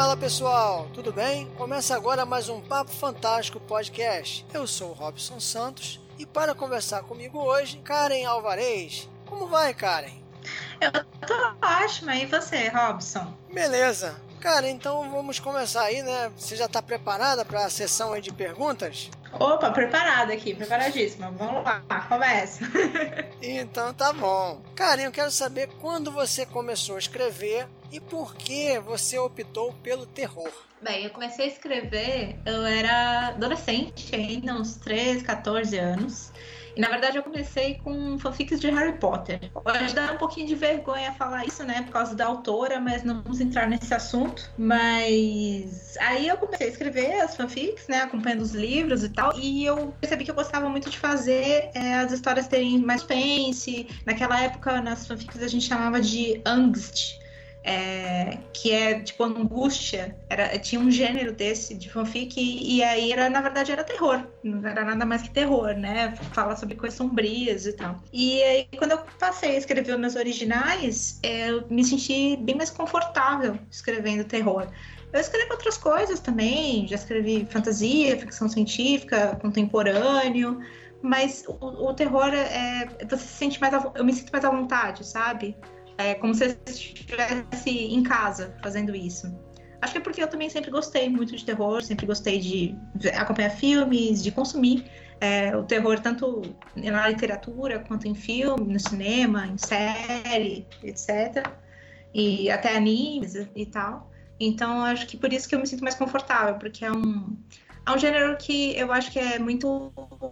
Fala pessoal, tudo bem? Começa agora mais um Papo Fantástico Podcast. Eu sou o Robson Santos e para conversar comigo hoje, Karen Alvarez. Como vai, Karen? Eu tô ótima, e você, Robson? Beleza. Cara, então vamos começar aí, né? Você já tá preparada para a sessão aí de perguntas? Opa, preparada aqui, preparadíssima. Vamos lá, começa. Então tá bom. Karen, eu quero saber quando você começou a escrever e por que você optou pelo terror. Bem, eu comecei a escrever, eu era adolescente ainda, uns 13, 14 anos. E na verdade eu comecei com fanfics de Harry Potter. Hoje dá um pouquinho de vergonha falar isso, né, por causa da autora, mas não vamos entrar nesse assunto. Mas aí eu comecei a escrever as fanfics, né, acompanhando os livros e tal. E eu percebi que eu gostava muito de fazer as histórias terem mais suspense. Naquela época, nas fanfics a gente chamava de angst. Que é tipo angústia, tinha um gênero desse de fanfic e aí na verdade era terror, não era nada mais que terror, né? Fala sobre coisas sombrias e tal. E aí quando eu passei a escrever os meus originais, eu me senti bem mais confortável escrevendo terror. Eu escrevo outras coisas também, já escrevi fantasia, ficção científica, contemporâneo, mas o terror você se sente mais, eu me sinto mais à vontade, sabe? É como se eu estivesse em casa fazendo isso. Acho que é porque eu também sempre gostei muito de terror, sempre gostei de acompanhar filmes, de consumir o terror tanto na literatura quanto em filme, no cinema, em série, etc. E até animes e tal. Então acho que por isso que eu me sinto mais confortável, porque é um gênero que eu acho que é muito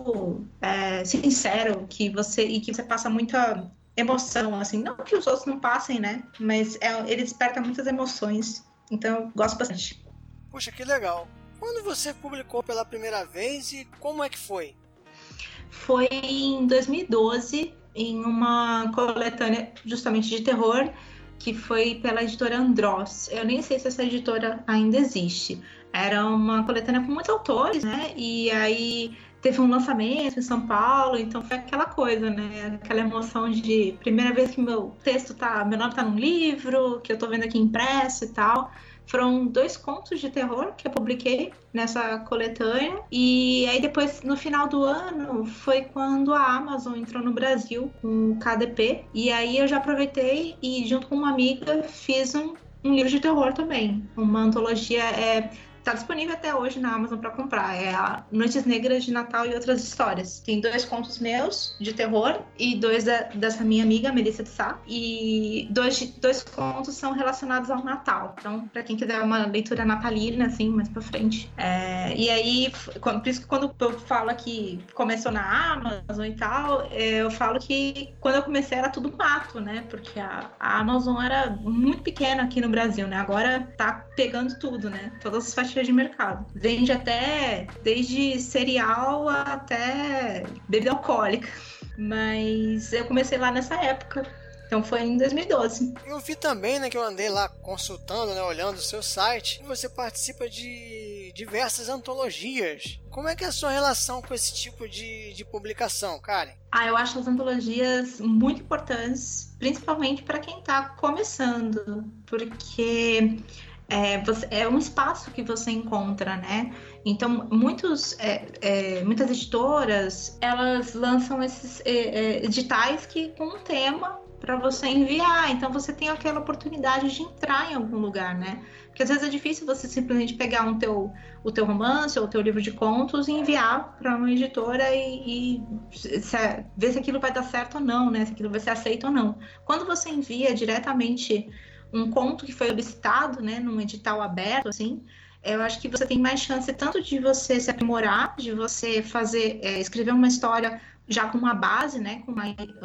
sincero, que você passa muita emoção, assim, não que os outros não passem, né, mas ele desperta muitas emoções, então eu gosto bastante. Puxa, que legal. Quando você publicou pela primeira vez e como é que foi? Foi em 2012, em uma coletânea justamente de terror, que foi pela editora Andross. Eu nem sei se essa editora ainda existe. Era uma coletânea com muitos autores, né, e aí teve um lançamento em São Paulo, então foi aquela coisa, né? Aquela emoção de primeira vez que meu nome tá num livro, que eu tô vendo aqui impresso e tal. Foram 2 contos de terror que eu publiquei nessa coletânea. E aí depois, no final do ano, foi quando a Amazon entrou no Brasil com o KDP. E aí eu já aproveitei e junto com uma amiga fiz um livro de terror também. Uma antologia, tá disponível até hoje na Amazon para comprar. É a Noites Negras de Natal e Outras Histórias. Tem 2 contos meus de terror e 2 dessa minha amiga, Melissa de Sá. E 2 contos são relacionados ao Natal. Então, para quem quiser uma leitura natalina, assim, mais pra frente. E aí, por isso que quando eu falo que começou na Amazon e tal, eu falo que quando eu comecei era tudo mato, né? Porque a Amazon era muito pequena aqui no Brasil, né? Agora tá pegando tudo, né? Todas as fatias de mercado. Vende até desde cereal até bebida alcoólica. Mas eu comecei lá nessa época. Então foi em 2012. Eu vi também, né, que eu andei lá consultando, né, olhando o seu site. E você participa de diversas antologias. Como é que é a sua relação com esse tipo de publicação, Karen? Eu acho as antologias muito importantes, principalmente para quem está começando. Porque é um espaço que você encontra, né? Então, muitas editoras, elas lançam esses editais com um tema para você enviar. Então, você tem aquela oportunidade de entrar em algum lugar, né? Porque às vezes é difícil você simplesmente pegar o teu romance ou o teu livro de contos e enviar para uma editora e ver se aquilo vai dar certo ou não, né? Se aquilo vai ser aceito ou não. Quando você envia diretamente um conto que foi solicitado, né, num edital aberto, assim, eu acho que você tem mais chance tanto de você se aprimorar, de você escrever uma história já com uma base, né, com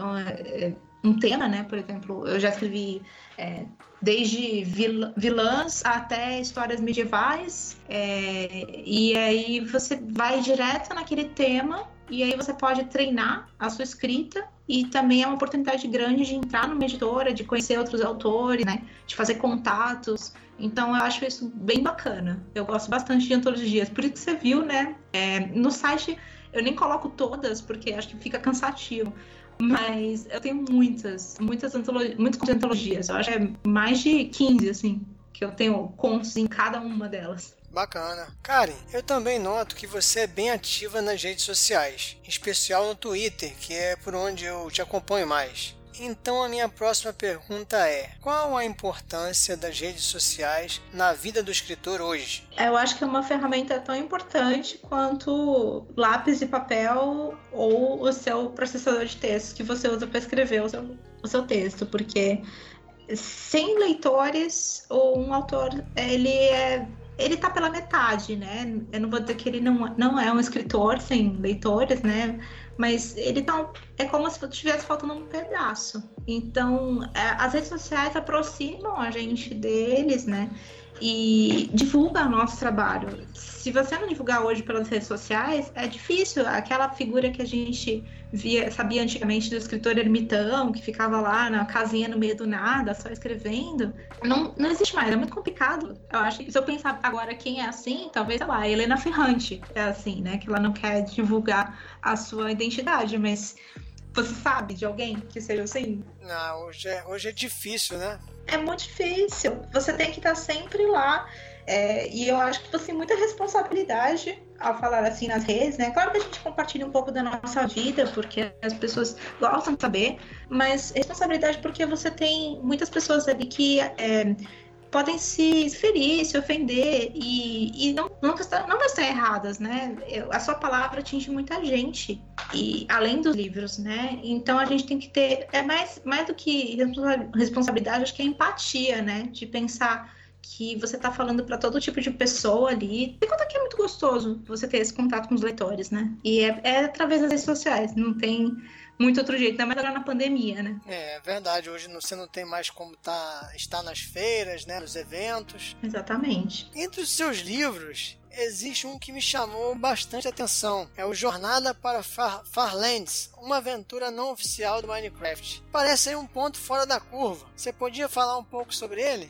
um tema, né, por exemplo, eu já escrevi desde vilãs até histórias medievais, e aí você vai direto naquele tema, e aí você pode treinar a sua escrita, e também é uma oportunidade grande de entrar numa editora, de conhecer outros autores, né, de fazer contatos. Então eu acho isso bem bacana. Eu gosto bastante de antologias. Por isso que você viu, né, no site eu nem coloco todas, porque acho que fica cansativo. Mas eu tenho muitas antologias. Eu acho que é mais de 15, assim. que eu tenho contos em cada uma delas. Bacana. Karen, eu também noto que você é bem ativa nas redes sociais, em especial no Twitter, que é por onde eu te acompanho mais. Então a minha próxima pergunta é: qual a importância das redes sociais na vida do escritor hoje? Eu acho que é uma ferramenta tão importante quanto lápis e papel ou o seu processador de texto que você usa para escrever o seu texto, porque sem leitores, um autor, ele tá pela metade, né? Eu não vou dizer que ele não é um escritor sem leitores, né? Mas ele tá, é como se estivesse faltando um pedaço. Então, as redes sociais aproximam a gente deles, né? E divulga o nosso trabalho. Se você não divulgar hoje pelas redes sociais, é difícil. Aquela figura que a gente sabia antigamente do escritor ermitão, que ficava lá na casinha no meio do nada, só escrevendo, não existe mais, é muito complicado. Eu acho que se eu pensar agora quem é assim, talvez, sei lá, a Helena Ferrante é assim, né? Que ela não quer divulgar a sua identidade, mas você sabe de alguém que seja assim? Não, hoje é difícil, né? É muito difícil. Você tem que estar sempre lá. E eu acho que você tem muita responsabilidade ao falar assim nas redes, né? Claro que a gente compartilha um pouco da nossa vida, porque as pessoas gostam de saber, mas responsabilidade porque você tem muitas pessoas ali que podem se ferir, se ofender e não vai estar erradas, né? A sua palavra atinge muita gente, e além dos livros, né? Então a gente tem que ter, mais do que responsabilidade, acho que é empatia, né? De pensar que você está falando para todo tipo de pessoa ali. E quanto que é muito gostoso você ter esse contato com os leitores, né? E é através das redes sociais, não tem muito outro jeito, ainda mais agora na pandemia, né? É verdade, hoje você não tem mais como estar nas feiras, né, nos eventos. Exatamente. Entre os seus livros, existe um que me chamou bastante atenção. É o Jornada para Farlands, uma aventura não oficial do Minecraft. Parece aí um ponto fora da curva. Você podia falar um pouco sobre ele?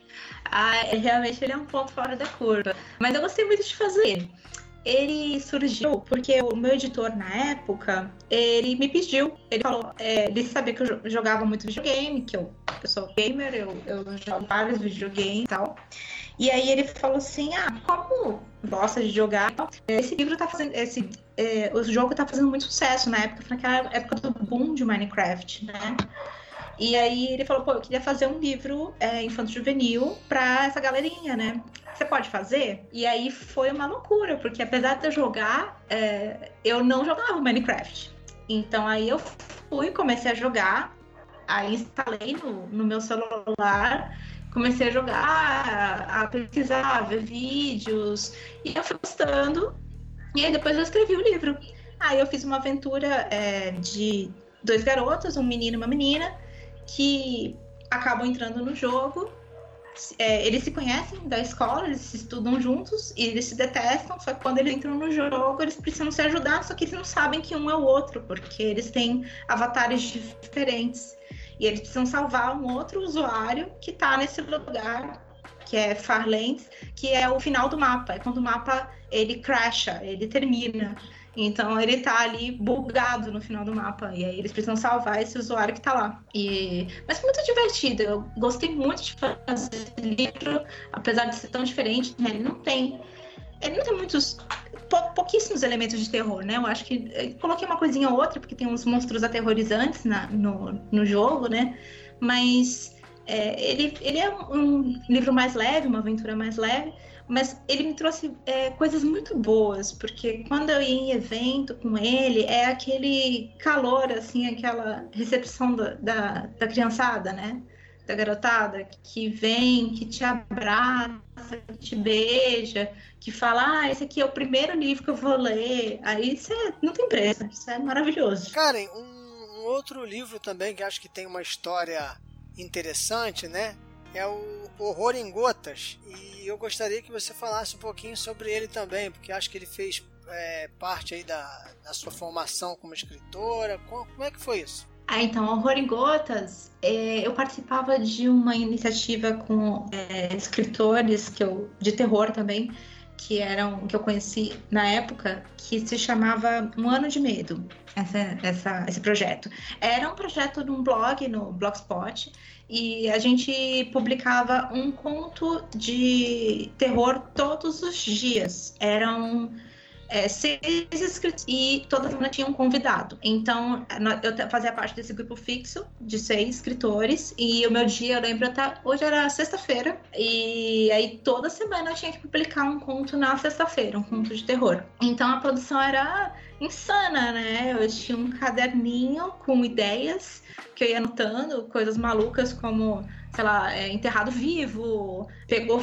Realmente ele é um ponto fora da curva. Mas eu gostei muito de fazer. Ele surgiu porque o meu editor, na época, ele me pediu. Ele falou, ele sabia que eu jogava muito videogame, que eu sou gamer, eu jogo vários videogames e tal. E aí ele falou assim, como gosta de jogar, esse livro tá fazendo, o jogo tá fazendo muito sucesso na época, naquela época do boom de Minecraft, né? E aí ele falou, eu queria fazer um livro infanto-juvenil pra essa galerinha, né? Você pode fazer? E aí foi uma loucura, porque apesar de eu jogar, eu não jogava Minecraft. Então aí eu comecei a jogar, aí instalei no meu celular, comecei a jogar, a pesquisar, a ver vídeos, e eu fui gostando, e aí depois eu escrevi o livro. Aí eu fiz uma aventura de 2 garotos, um menino e uma menina, que acabam entrando no jogo. Eles se conhecem da escola, eles se estudam juntos e eles se detestam, só que quando eles entram no jogo eles precisam se ajudar, só que eles não sabem que um é o outro, porque eles têm avatares diferentes e eles precisam salvar um outro usuário que tá nesse lugar, que é Farlands, que é o final do mapa, é quando o mapa ele crasha, ele termina. Então ele tá ali bugado no final do mapa. E aí eles precisam salvar esse usuário que tá lá. Mas foi muito divertido. Eu gostei muito de fazer esse livro, apesar de ser tão diferente, né? Ele não tem pouquíssimos elementos de terror, né? Eu acho que eu coloquei uma coisinha ou outra, porque tem uns monstros aterrorizantes no jogo, né? Mas ele é um livro mais leve, uma aventura mais leve. Mas ele me trouxe coisas muito boas, porque quando eu ia em evento com ele, é aquele calor, assim, aquela recepção da criançada, né? Da garotada, que vem, que te abraça, que te beija, que fala, esse aqui é o primeiro livro que eu vou ler. Aí isso não tem preço, isso é maravilhoso. Karen, um outro livro também que acho que tem uma história interessante, né? É o Horror em Gotas, e eu gostaria que você falasse um pouquinho sobre ele também, porque acho que ele fez parte aí da sua formação como escritora. Como é que foi isso? Então, Horror em Gotas, eu participava de uma iniciativa com escritores de terror também, que eu conheci na época, que se chamava Um Ano de Medo. esse projeto. Era um projeto de um blog, no Blogspot, e a gente publicava um conto de terror todos os dias. Eram 6 inscritos e toda semana tinha um convidado. Então, eu fazia parte desse grupo fixo de 6 escritores e o meu dia, eu lembro até hoje era sexta-feira e aí toda semana eu tinha que publicar um conto na sexta-feira, um conto de terror. Então a produção era insana, né? Eu tinha um caderninho com ideias que eu ia anotando, coisas malucas como, sei lá, enterrado vivo, pegou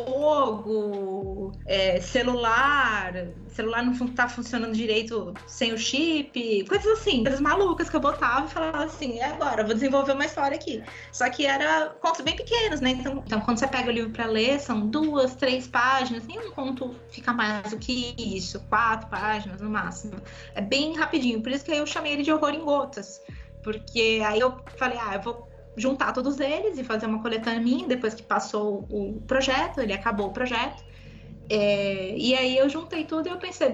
fogo, celular não tá funcionando direito sem o chip, coisas assim, coisas malucas que eu botava e falava assim, agora, eu vou desenvolver uma história aqui. Só que era contos bem pequenos, né? Então quando você pega o livro pra ler, são 2, 3 páginas, nenhum conto fica mais do que isso, 4 páginas no máximo. É bem rapidinho, por isso que eu chamei ele de Horror em Gotas. Porque aí eu falei, eu vou juntar todos eles e fazer uma coletânea minha, depois que passou o projeto, ele acabou o projeto. E aí eu juntei tudo e eu pensei,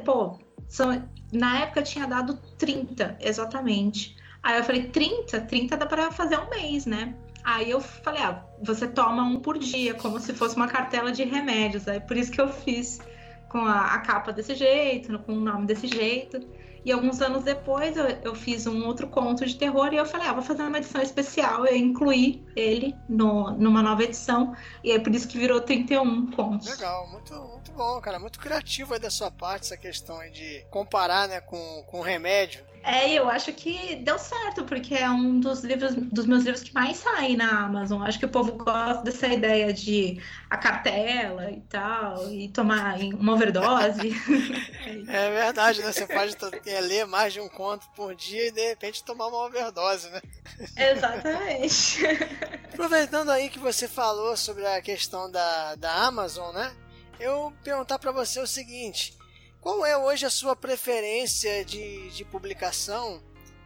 na época tinha dado 30, exatamente. Aí eu falei, 30 dá para fazer um mês, né? Aí eu falei, você toma um por dia, como se fosse uma cartela de remédios. Aí por isso que eu fiz com a capa desse jeito, com o nome desse jeito. E alguns anos depois eu fiz um outro conto de terror e eu falei, vou fazer uma edição especial. Eu incluí ele numa nova edição e é por isso que virou 31 contos. Legal, muito, muito bom, cara. Muito criativo aí da sua parte essa questão aí de comparar, né, com remédio. Eu acho que deu certo, porque é um dos meus livros que mais saem na Amazon. Acho que o povo gosta dessa ideia de a cartela e tal, e tomar uma overdose. É verdade, né? Você pode ler mais de um conto por dia e de repente tomar uma overdose, né? Exatamente. Aproveitando aí que você falou sobre a questão da Amazon, né? Eu perguntar para você o seguinte: qual é hoje a sua preferência de publicação?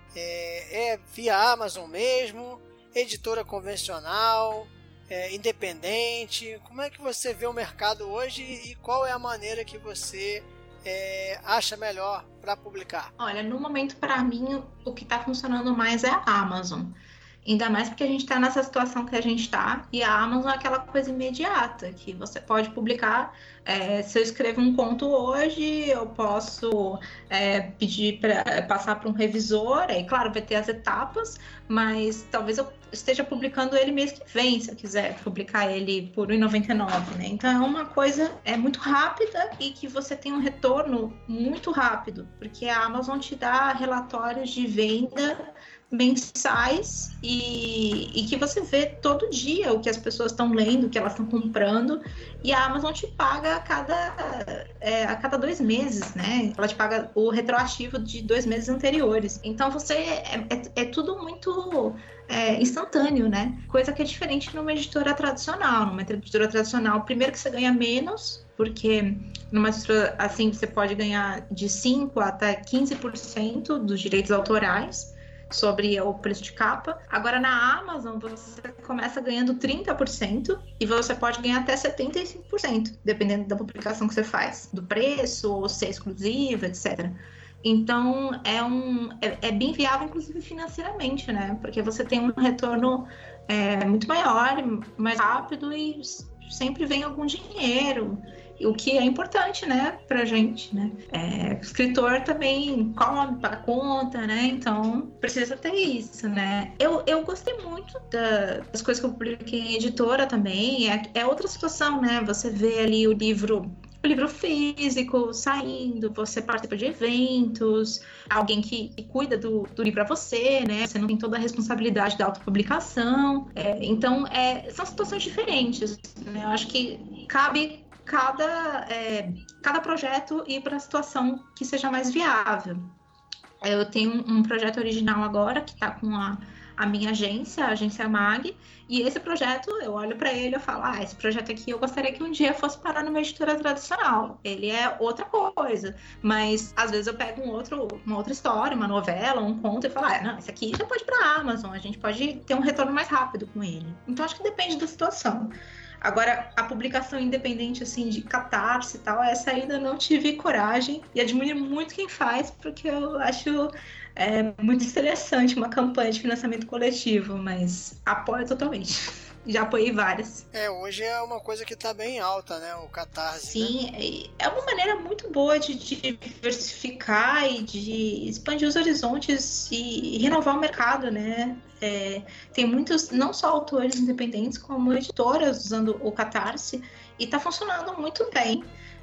É via Amazon mesmo? Editora convencional? Independente? Como é que você vê o mercado hoje e qual é a maneira que você acha melhor para publicar? Olha, no momento, para mim, o que está funcionando mais é a Amazon. Ainda mais porque a gente está nessa situação que a gente está, e a Amazon é aquela coisa imediata, que você pode publicar. Se eu escrevo um conto hoje, eu posso pedir para passar para um revisor, aí claro, vai ter as etapas, mas talvez eu esteja publicando ele mês que vem, se eu quiser publicar ele por R$1,99, né? Então é uma coisa muito rápida e que você tem um retorno muito rápido, porque a Amazon te dá relatórios de venda mensais e que você vê todo dia o que as pessoas estão lendo, o que elas estão comprando, e a Amazon te paga a cada 2 meses, né? Ela te paga o retroativo de 2 meses anteriores. Então é tudo muito instantâneo, né? Coisa que é diferente numa editora tradicional. Numa editora tradicional, primeiro que você ganha menos, porque numa editora assim você pode ganhar de 5% até 15% dos direitos autorais sobre o preço de capa. Agora na Amazon você começa ganhando 30% e você pode ganhar até 75%, dependendo da publicação que você faz, do preço, ou ser exclusiva, etc. Então é bem viável, inclusive financeiramente, né? Porque você tem um retorno muito maior, mais rápido e sempre vem algum dinheiro. O que é importante, né, pra gente, né? O escritor também come, paga conta, né? Então, precisa ter isso, né? Eu gostei muito das coisas que eu publiquei em editora também. É outra situação, né? Você vê ali o livro físico saindo, você participa de eventos, alguém que cuida do livro para você, né? Você não tem toda a responsabilidade da autopublicação. Então, são situações diferentes, né? Eu acho que cabe cada projeto ir para a situação que seja mais viável. Eu tenho um projeto original agora que está com a minha agência, a Agência Mag, e esse projeto, eu olho para ele e falo, esse projeto aqui eu gostaria que um dia fosse parar numa editora tradicional. Ele é outra coisa, mas às vezes eu pego uma outra história, uma novela, um conto e falo, não, esse aqui já pode ir para a Amazon, a gente pode ter um retorno mais rápido com ele. Então acho que depende da situação. Agora, a publicação independente, assim, de Catarse e tal, essa ainda não tive coragem. E admiro muito quem faz, porque eu acho muito interessante uma campanha de financiamento coletivo, mas apoio totalmente. Já apoiei várias. Hoje é uma coisa que está bem alta, né? O Catarse. Sim, né? É uma maneira muito boa de diversificar e de expandir os horizontes e renovar o mercado, né? Tem muitos, não só autores independentes, como editoras usando o Catarse, e está funcionando muito bem.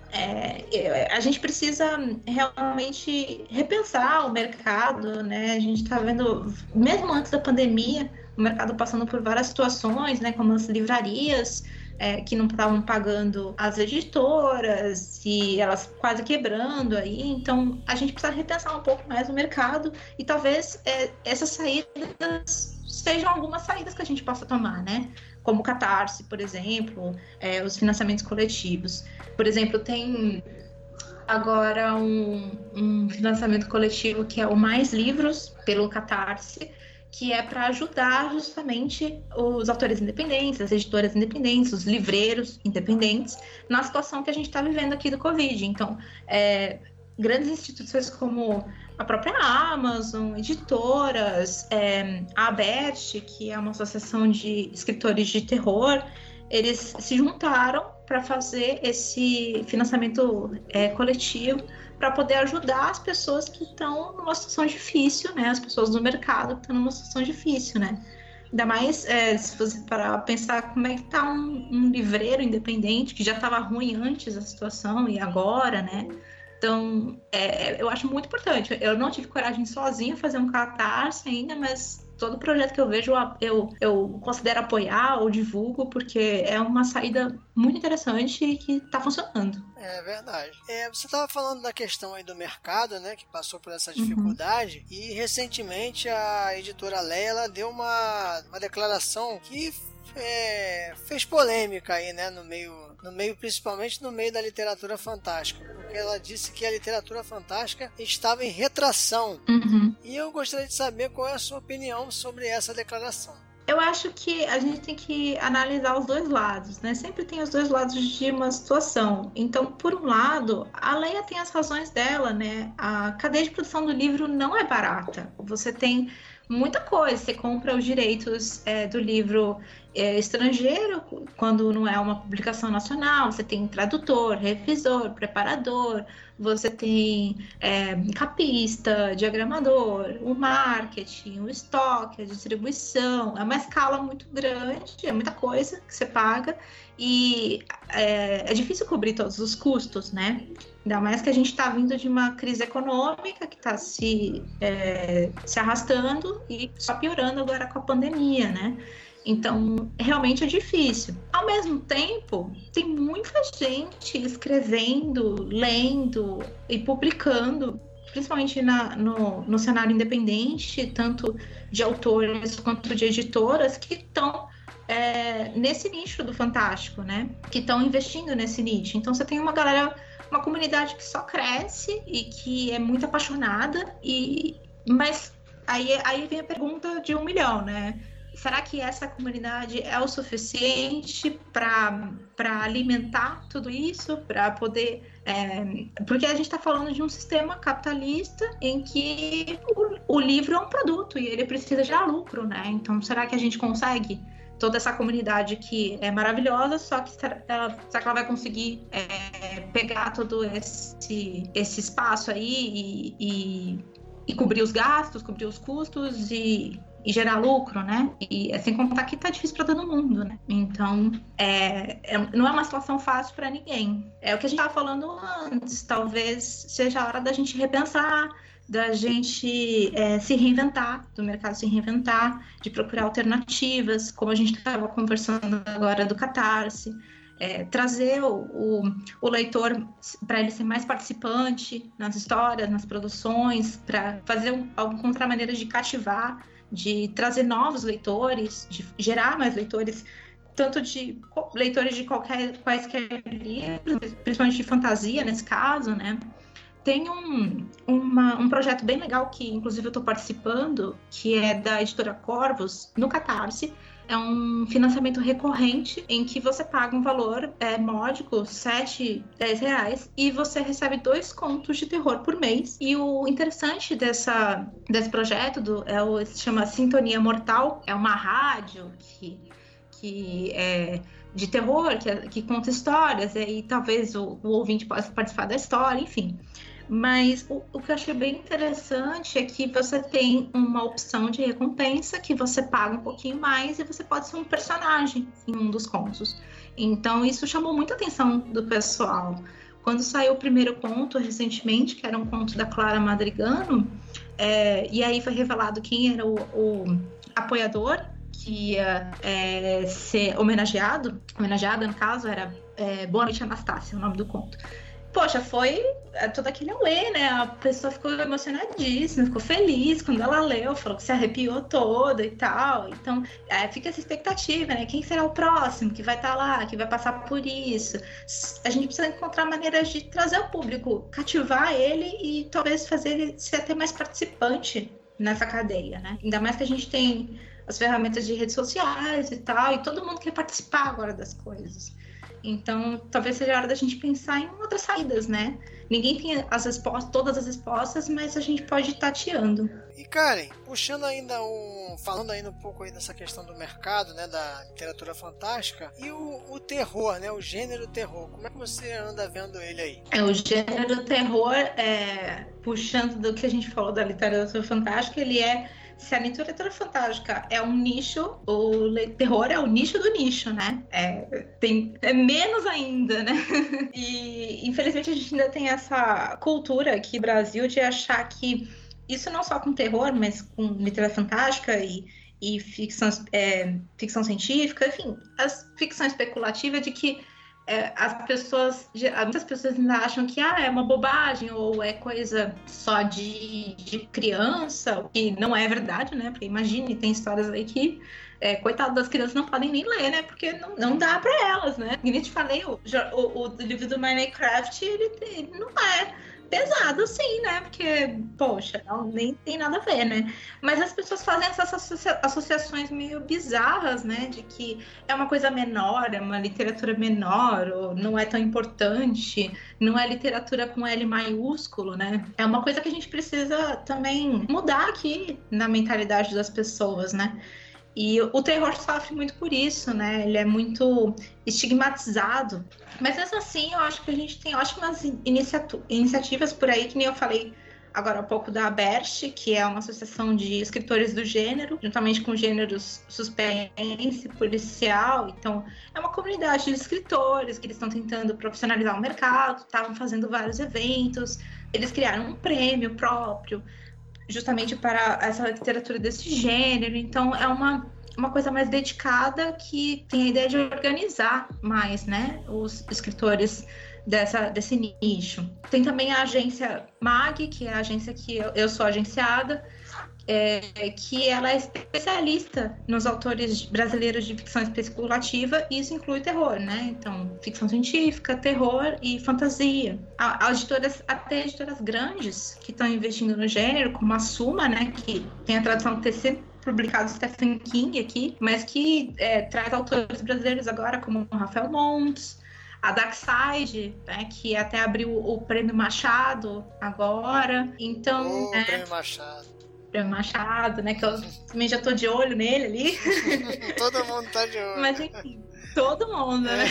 A gente precisa realmente repensar o mercado, né? A gente está vendo, mesmo antes da pandemia, o mercado passando por várias situações, né? Como as livrarias, que não estavam pagando as editoras e elas quase quebrando aí. Então, a gente precisa repensar um pouco mais o mercado e talvez essas saídas sejam algumas saídas que a gente possa tomar, né? Como o Catarse, por exemplo, os financiamentos coletivos. Por exemplo, tem agora um financiamento coletivo que é o Mais Livros, pelo Catarse, que é para ajudar justamente os autores independentes, as editoras independentes, os livreiros independentes, na situação que a gente está vivendo aqui do Covid. Então, grandes instituições como a própria Amazon, editoras, a ABERT, que é uma associação de escritores de terror, eles se juntaram para fazer esse financiamento coletivo para poder ajudar as pessoas que estão numa situação difícil, né? As pessoas do mercado que estão numa situação difícil, né? Ainda mais se você parar pensar como é que está um livreiro independente, que já estava ruim antes da situação e agora, né? Então, eu acho muito importante. Eu não tive coragem sozinha fazer um Catarse ainda, mas todo projeto que eu vejo, eu considero apoiar ou divulgo, porque é uma saída muito interessante e que está funcionando. É verdade. Você estava falando da questão aí do mercado, né, que passou por essa dificuldade, e recentemente a editora Leia, ela deu uma declaração que fez polêmica aí, né, no meio, principalmente no meio da literatura fantástica, porque ela disse que a literatura fantástica estava em retração. E eu gostaria de saber qual é a sua opinião sobre essa declaração. Eu acho que a gente tem que analisar os dois lados, né? Sempre tem os dois lados de uma situação. Então, por um lado, a Leia tem as razões dela, né? A cadeia de produção do livro não é barata. Você tem muita coisa. Você compra os direitos do livro estrangeiro, quando não é uma publicação nacional. Você tem tradutor, revisor, preparador. Você tem capista, diagramador, o marketing, o estoque, a distribuição. É uma escala muito grande, é muita coisa que você paga. E é difícil cobrir todos os custos, né? Ainda mais que a gente está vindo de uma crise econômica que está se arrastando e só piorando agora com a pandemia, né? Então, realmente é difícil. Ao mesmo tempo, tem muita gente escrevendo, lendo e publicando, principalmente no cenário independente, tanto de autores quanto de editoras, que estão nesse nicho do fantástico, né? Que estão investindo nesse nicho. Então, você tem uma comunidade que só cresce e que é muito apaixonada, mas aí vem a pergunta de 1 milhão, né? Será que essa comunidade é o suficiente para alimentar tudo isso, para poder... porque a gente está falando de um sistema capitalista em que o livro é um produto e ele precisa gerar lucro, né? Então, será que a gente consegue toda essa comunidade que é maravilhosa, só que será que ela vai conseguir pegar todo esse espaço aí e cobrir os gastos, cobrir os custos e gerar lucro, né? E sem contar que tá difícil para todo mundo, né? Então, não é uma situação fácil para ninguém. É o que a gente estava falando antes. Talvez seja a hora da gente repensar, da gente se reinventar, do mercado se reinventar, de procurar alternativas, como a gente estava conversando agora do Catarse, trazer o leitor para ele ser mais participante nas histórias, nas produções, para fazer encontrar maneiras de cativar, de trazer novos leitores, de gerar mais leitores, tanto de leitores de quaisquer livros, principalmente de fantasia nesse caso, né? Tem um projeto bem legal que, inclusive, eu estou participando, que é da editora Corvos, no Catarse. É um financiamento recorrente em que você paga um valor módico, R$7, R$10, e você recebe 2 contos de terror por mês. E o interessante desse projeto se chama Sintonia Mortal. É uma rádio que é de terror, que conta histórias, e talvez o ouvinte possa participar da história, enfim. Mas o que eu achei bem interessante é que você tem uma opção de recompensa que você paga um pouquinho mais e você pode ser um personagem em um dos contos. Então isso chamou muita atenção do pessoal. Quando saiu o primeiro conto recentemente, que era um conto da Clara Madrigano, e aí foi revelado quem era o apoiador que ia ser homenageada no caso, era Boa Noite Anastácia, o nome do conto. Poxa, foi todo aquele auê, né? A pessoa ficou emocionadíssima, ficou feliz quando ela leu, falou que se arrepiou toda e tal. Então, fica essa expectativa, né? Quem será o próximo que vai estar lá, que vai passar por isso? A gente precisa encontrar maneiras de trazer o público, cativar ele e talvez fazer ele ser até mais participante nessa cadeia, né? Ainda mais que a gente tem as ferramentas de redes sociais e tal, e todo mundo quer participar agora das coisas. Então, talvez seja a hora da gente pensar em outras saídas, né? Ninguém tem todas as respostas, mas a gente pode ir tateando. E Karen, falando ainda um pouco aí dessa questão do mercado, né, da literatura fantástica, e o terror, né, o gênero terror, como é que você anda vendo ele aí? O gênero terror, puxando do que a gente falou da literatura fantástica, se a literatura fantástica é um nicho, o terror é o nicho do nicho, né? É menos ainda, né? E, infelizmente, a gente ainda tem essa cultura aqui no Brasil de achar que isso não só com terror, mas com literatura fantástica e ficção científica, enfim, as ficção especulativa de que muitas pessoas ainda acham que é uma bobagem ou é coisa só de criança, o que não é verdade, né? Porque imagine, tem histórias aí que coitado das crianças não podem nem ler, né? Porque não dá para elas, né? Como eu te falei, o livro do Minecraft, ele não é pesado assim, né? Porque, poxa, nem tem nada a ver, né? Mas as pessoas fazem essas associações meio bizarras, né? De que é uma coisa menor, é uma literatura menor, ou não é tão importante, não é literatura com L maiúsculo, né? É uma coisa que a gente precisa também mudar aqui na mentalidade das pessoas, né? E o terror sofre muito por isso, né? Ele é muito estigmatizado. Mas mesmo assim, eu acho que a gente tem ótimas iniciativas por aí, que nem eu falei agora há pouco da Abercht, que é uma associação de escritores do gênero, juntamente com gêneros suspense, policial. Então, é uma comunidade de escritores que eles estão tentando profissionalizar o mercado, estavam fazendo vários eventos, eles criaram um prêmio próprio, justamente para essa literatura desse gênero. Então é uma coisa mais dedicada, que tem a ideia de organizar mais, né, os escritores desse nicho. Tem também a agência MAG, que é a agência que eu sou agenciada, que ela é especialista nos autores brasileiros de ficção especulativa, e isso inclui terror, né? Então, ficção científica, terror e fantasia. Até editoras grandes que estão investindo no gênero, como a Suma, né? Que tem a tradição de ter sempre publicado Stephen King aqui, mas que traz autores brasileiros agora, como o Rafael Montes, a Darkside, né, que até abriu o Prêmio Machado agora. Então, Prêmio Machado, né, que eu também já tô de olho nele ali. Todo mundo tá de olho. Mas enfim, todo mundo, né?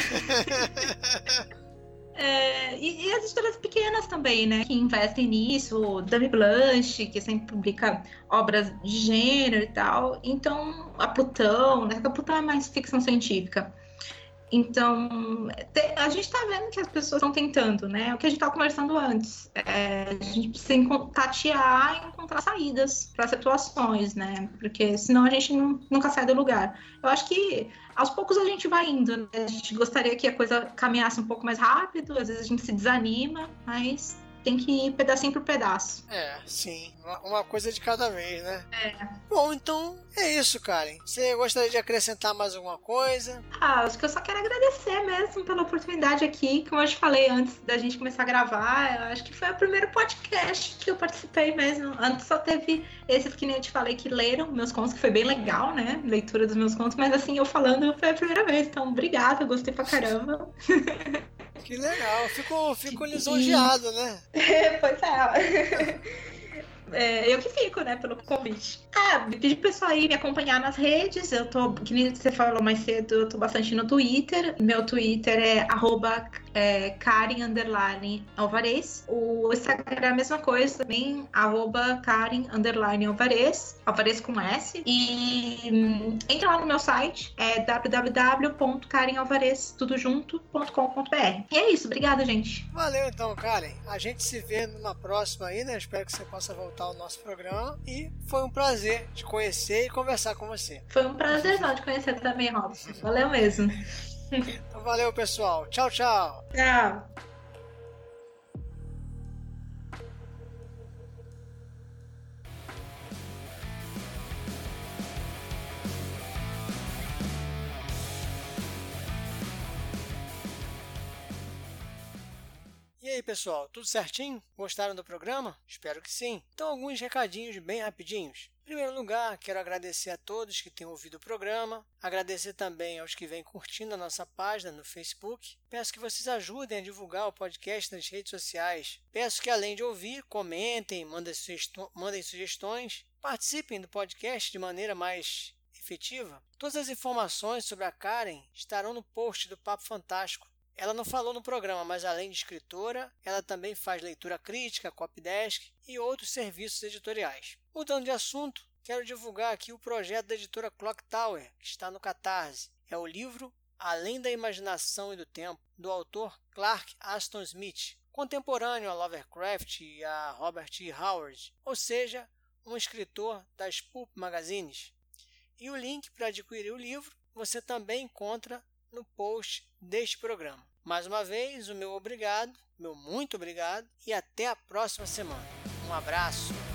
E as editoras pequenas também, né, que investem nisso, Dame Blanche, que sempre publica obras de gênero e tal. Então, a Plutão, né, a Plutão é mais ficção científica. Então, a gente está vendo que as pessoas estão tentando, né? O que a gente estava conversando antes. A gente precisa tatear e encontrar saídas para situações, né? Porque senão a gente nunca sai do lugar. Eu acho que aos poucos a gente vai indo, né? A gente gostaria que a coisa caminhasse um pouco mais rápido, às vezes a gente se desanima, mas tem que ir pedacinho por pedaço. Sim. Uma coisa de cada vez, né? Bom, então é isso, Karen. Você gostaria de acrescentar mais alguma coisa? Acho que eu só quero agradecer mesmo pela oportunidade aqui. Como eu te falei antes da gente começar a gravar, eu acho que foi o primeiro podcast que eu participei mesmo. Antes só teve esses que nem eu te falei que leram meus contos, que foi bem legal, né? Leitura dos meus contos, mas assim, eu falando foi a primeira vez. Então, obrigada, eu gostei pra caramba. Que legal, fico lisonjeado, né? Pois é. Eu que fico, né, pelo convite. Pedir pro pessoal aí me acompanhar nas redes. Eu tô, que nem você falou mais cedo, eu tô bastante no Twitter. Meu Twitter é @Karen_Alvarez. O Instagram é a mesma coisa também, @Karen_Alvarez. Alvarez com S. E entra lá no meu site, www.karenalvarez.com.br. E é isso, obrigada, gente. Valeu então, Karen. A gente se vê numa próxima aí, né? Espero que você possa voltar ao nosso programa. E foi um prazer te conhecer e conversar com você. Foi um prazerzão de conhecer também, Robson. Valeu mesmo. Então valeu, pessoal. Tchau, tchau. Tchau. E aí, pessoal, tudo certinho? Gostaram do programa? Espero que sim. Então, alguns recadinhos bem rapidinhos. Em primeiro lugar, quero agradecer a todos que têm ouvido o programa, agradecer também aos que vêm curtindo a nossa página no Facebook. Peço que vocês ajudem a divulgar o podcast nas redes sociais. Peço que, além de ouvir, comentem, mandem sugestões, participem do podcast de maneira mais efetiva. Todas as informações sobre a Karen estarão no post do Papo Fantástico. Ela não falou no programa, mas além de escritora, ela também faz leitura crítica, copydesk e outros serviços editoriais. Mudando de assunto, quero divulgar aqui o projeto da editora Clock Tower, que está no Catarse. É o livro Além da Imaginação e do Tempo, do autor Clark Aston Smith, contemporâneo a Lovecraft e a Robert E. Howard, ou seja, um escritor das Pulp Magazines. E o link para adquirir o livro você também encontra no post deste programa. Mais uma vez, o meu muito obrigado e até a próxima semana. Um abraço!